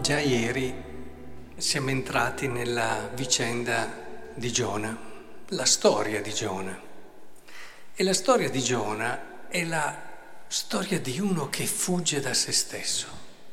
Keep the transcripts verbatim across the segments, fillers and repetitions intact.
già ieri siamo entrati nella vicenda di Giona, la storia di Giona. E la storia di Giona è la storia di uno che fugge da se stesso.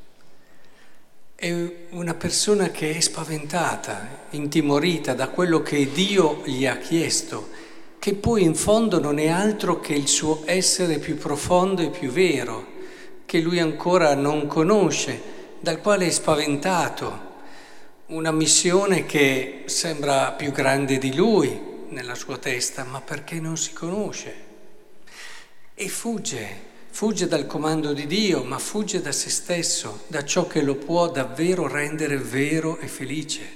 È una persona che è spaventata, intimorita da quello che Dio gli ha chiesto, che poi in fondo non è altro che il suo essere più profondo e più vero, che lui ancora non conosce, dal quale è spaventato. Una missione che sembra più grande di lui nella sua testa, ma perché non si conosce. E fugge, fugge dal comando di Dio, ma fugge da se stesso, da ciò che lo può davvero rendere vero e felice.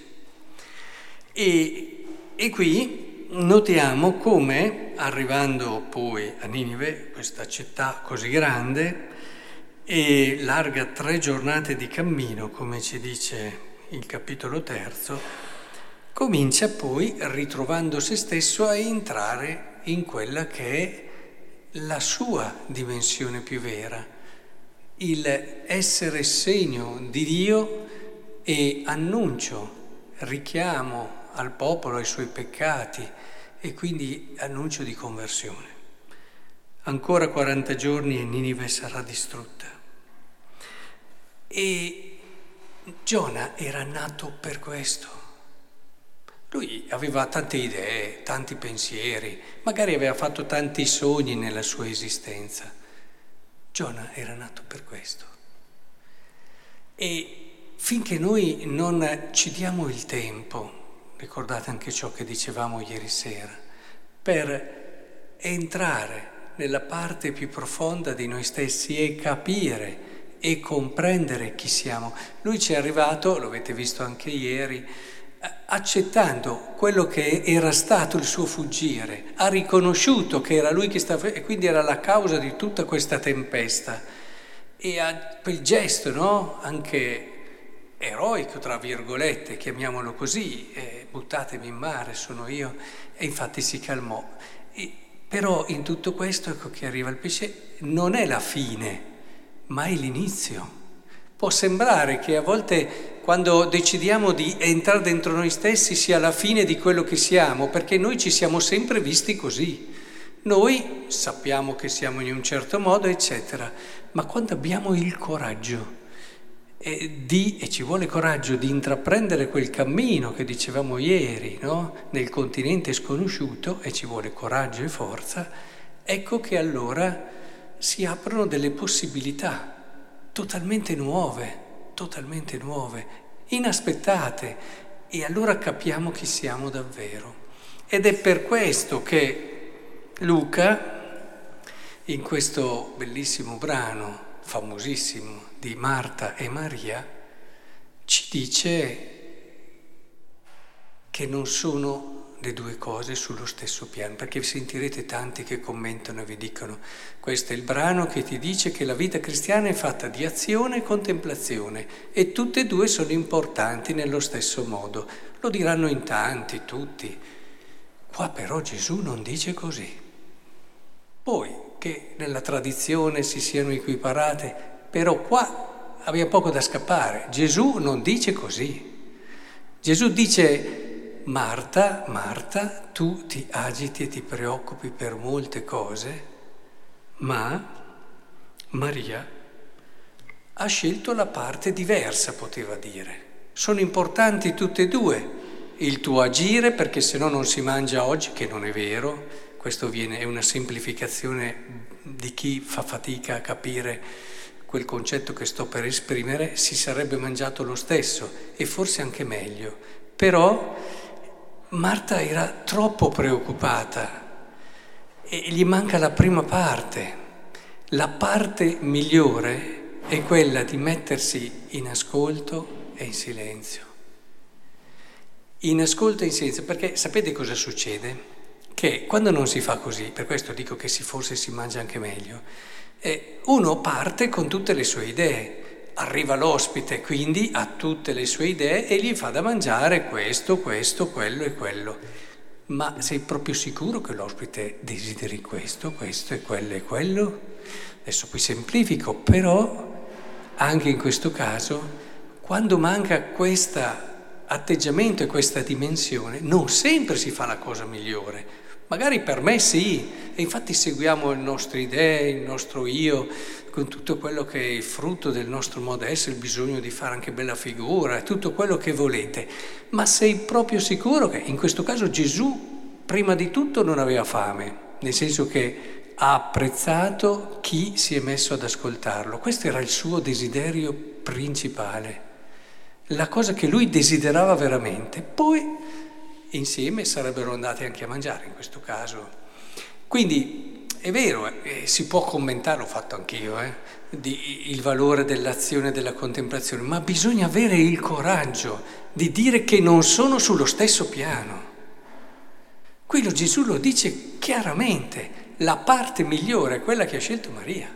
E, e qui notiamo come, arrivando poi a Ninive, questa città così grande e larga tre giornate di cammino, come ci dice il capitolo terzo, comincia poi, ritrovando se stesso, a entrare in quella che è la sua dimensione più vera, il essere segno di Dio e annuncio, richiamo al popolo ai suoi peccati e quindi annuncio di conversione. Ancora quaranta giorni e Ninive sarà distrutta. E Giona era nato per questo. Lui aveva tante idee, tanti pensieri, magari aveva fatto tanti sogni nella sua esistenza. Giona era nato per questo. E finché noi non ci diamo il tempo, ricordate anche ciò che dicevamo ieri sera, per entrare nella parte più profonda di noi stessi e capire e comprendere chi siamo. Lui ci è arrivato, lo avete visto anche ieri, accettando quello che era stato il suo fuggire, ha riconosciuto che era lui che stava, e quindi era la causa di tutta questa tempesta. E ha quel gesto, no? Anche eroico, tra virgolette, chiamiamolo così, eh, buttatemi in mare, sono io, e infatti si calmò. E, però in tutto questo, ecco che arriva il pesce, non è la fine, ma è l'inizio. Può sembrare che a volte quando decidiamo di entrare dentro noi stessi sia la fine di quello che siamo, perché noi ci siamo sempre visti così. Noi sappiamo che siamo in un certo modo, eccetera, ma quando abbiamo il coraggio eh, di, e ci vuole coraggio di intraprendere quel cammino che dicevamo ieri, no? Nel continente sconosciuto, e ci vuole coraggio e forza, ecco che allora si aprono delle possibilità totalmente nuove, totalmente nuove, inaspettate, e allora capiamo chi siamo davvero. Ed è per questo che Luca, in questo bellissimo brano, famosissimo, di Marta e Maria, ci dice che non sono le due cose sullo stesso piano, perché sentirete tanti che commentano e vi dicono: questo è il brano che ti dice che la vita cristiana è fatta di azione e contemplazione e tutte e due sono importanti nello stesso modo. Lo diranno in tanti, tutti. Qua però Gesù non dice così. Poi che nella tradizione si siano equiparate, però qua abbiamo poco da scappare. Gesù non dice così. Gesù dice: Marta, Marta, tu ti agiti e ti preoccupi per molte cose, ma Maria ha scelto la parte diversa, poteva dire. Sono importanti tutte e due. Il tuo agire, perché se no non si mangia oggi, che non è vero. Questo viene, è una semplificazione di chi fa fatica a capire quel concetto che sto per esprimere. Si sarebbe mangiato lo stesso e forse anche meglio. Però Marta era troppo preoccupata e gli manca la prima parte. La parte migliore è quella di mettersi in ascolto e in silenzio. In ascolto e in silenzio, perché sapete cosa succede? Che quando non si fa così, per questo dico che si, forse si mangia anche meglio, eh, uno parte con tutte le sue idee. Arriva l'ospite, quindi ha tutte le sue idee e gli fa da mangiare questo, questo, quello e quello. Ma sei proprio sicuro che l'ospite desideri questo, questo e quello e quello? Adesso qui semplifico, però anche in questo caso quando manca questo atteggiamento e questa dimensione, non sempre si fa la cosa migliore. Magari per me sì, e infatti seguiamo le nostre idee, il nostro io, con tutto quello che è il frutto del nostro modo di essere, il bisogno di fare anche bella figura, tutto quello che volete. Ma sei proprio sicuro che in questo caso Gesù, prima di tutto, non aveva fame, nel senso che ha apprezzato chi si è messo ad ascoltarlo. Questo era il suo desiderio principale, la cosa che lui desiderava veramente. Poi insieme sarebbero andati anche a mangiare in questo caso. Quindi è vero, eh, si può commentare, l'ho fatto anch'io, eh, di, il valore dell'azione e della contemplazione, ma bisogna avere il coraggio di dire che non sono sullo stesso piano. Qui lo Gesù lo dice chiaramente, la parte migliore è quella che ha scelto Maria.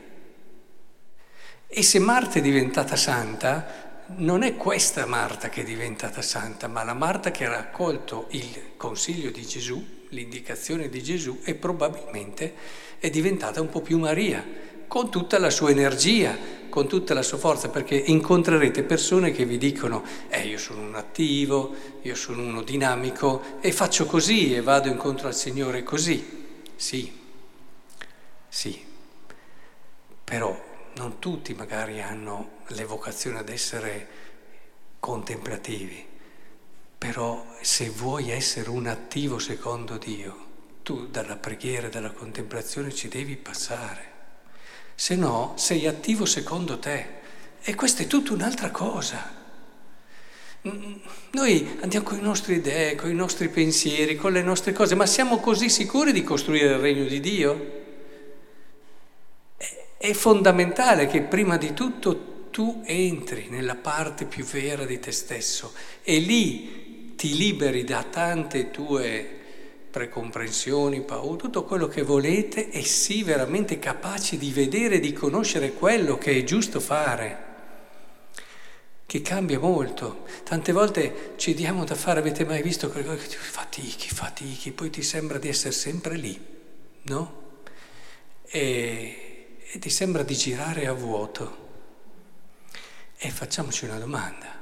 E se Marta è diventata santa, non è questa Marta che è diventata santa, ma la Marta che ha raccolto il consiglio di Gesù, l'indicazione di Gesù, e probabilmente è diventata un po' più Maria, con tutta la sua energia, con tutta la sua forza, perché incontrerete persone che vi dicono eh, io sono un attivo, io sono uno dinamico e faccio così e vado incontro al Signore così. Sì, sì, però non tutti magari hanno l'evocazione ad essere contemplativi, però se vuoi essere un attivo secondo Dio, tu dalla preghiera e dalla contemplazione ci devi passare, se no sei attivo secondo te e questa è tutta un'altra cosa. Noi andiamo con le nostre idee, con i nostri pensieri, con le nostre cose, ma siamo così sicuri di costruire il regno di Dio? È fondamentale che prima di tutto tu entri nella parte più vera di te stesso e lì ti liberi da tante tue precomprensioni, paure, tutto quello che volete e sii veramente capace di vedere e di conoscere quello che è giusto fare, che cambia molto. Tante volte ci diamo da fare, avete mai visto quelle cose che ti fatichi, fatichi, poi ti sembra di essere sempre lì, no? E... e ti sembra di girare a vuoto. E facciamoci una domanda.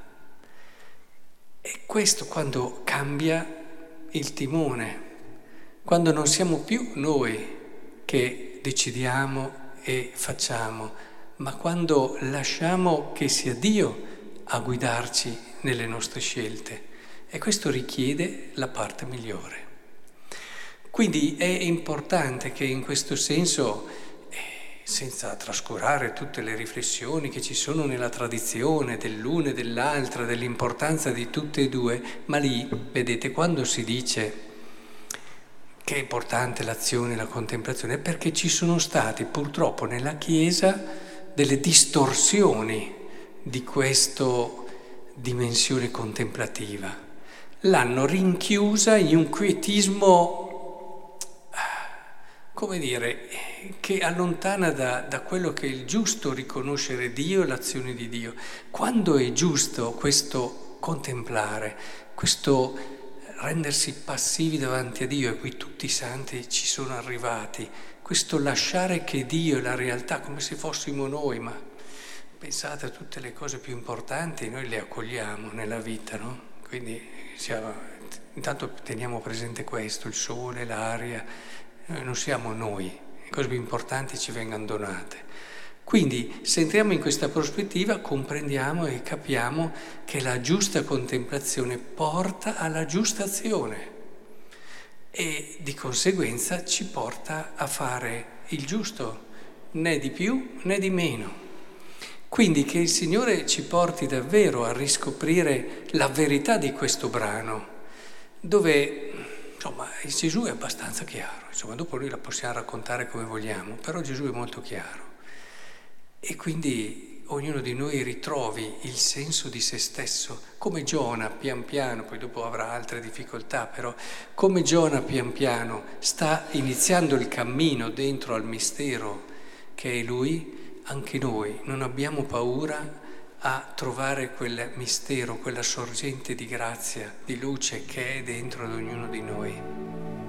E questo quando cambia il timone, quando non siamo più noi che decidiamo e facciamo, ma quando lasciamo che sia Dio a guidarci nelle nostre scelte. E questo richiede la parte migliore. Quindi è importante che in questo senso, senza trascurare tutte le riflessioni che ci sono nella tradizione dell'una e dell'altra, dell'importanza di tutte e due, ma lì, vedete, quando si dice che è importante l'azione e la contemplazione, è perché ci sono stati purtroppo nella Chiesa delle distorsioni di questa dimensione contemplativa. L'hanno rinchiusa in un quietismo, come dire, che allontana da, da quello che è il giusto riconoscere Dio e l'azione di Dio. Quando è giusto questo contemplare, questo rendersi passivi davanti a Dio, e qui tutti i santi ci sono arrivati, questo lasciare che Dio è la realtà come se fossimo noi, ma pensate a tutte le cose più importanti, noi le accogliamo nella vita, no? Quindi siamo, intanto teniamo presente questo, il sole, l'aria. Noi non siamo noi, le cose più importanti ci vengono donate. Quindi se entriamo in questa prospettiva comprendiamo e capiamo che la giusta contemplazione porta alla giusta azione e di conseguenza ci porta a fare il giusto, né di più né di meno. Quindi che il Signore ci porti davvero a riscoprire la verità di questo brano, dove insomma, Gesù è abbastanza chiaro, insomma, dopo noi la possiamo raccontare come vogliamo, però Gesù è molto chiaro. E quindi ognuno di noi ritrovi il senso di se stesso, come Giona pian piano, poi dopo avrà altre difficoltà, però come Giona pian piano sta iniziando il cammino dentro al mistero che è Lui, anche noi non abbiamo paura a trovare quel mistero, quella sorgente di grazia, di luce che è dentro ad ognuno di noi.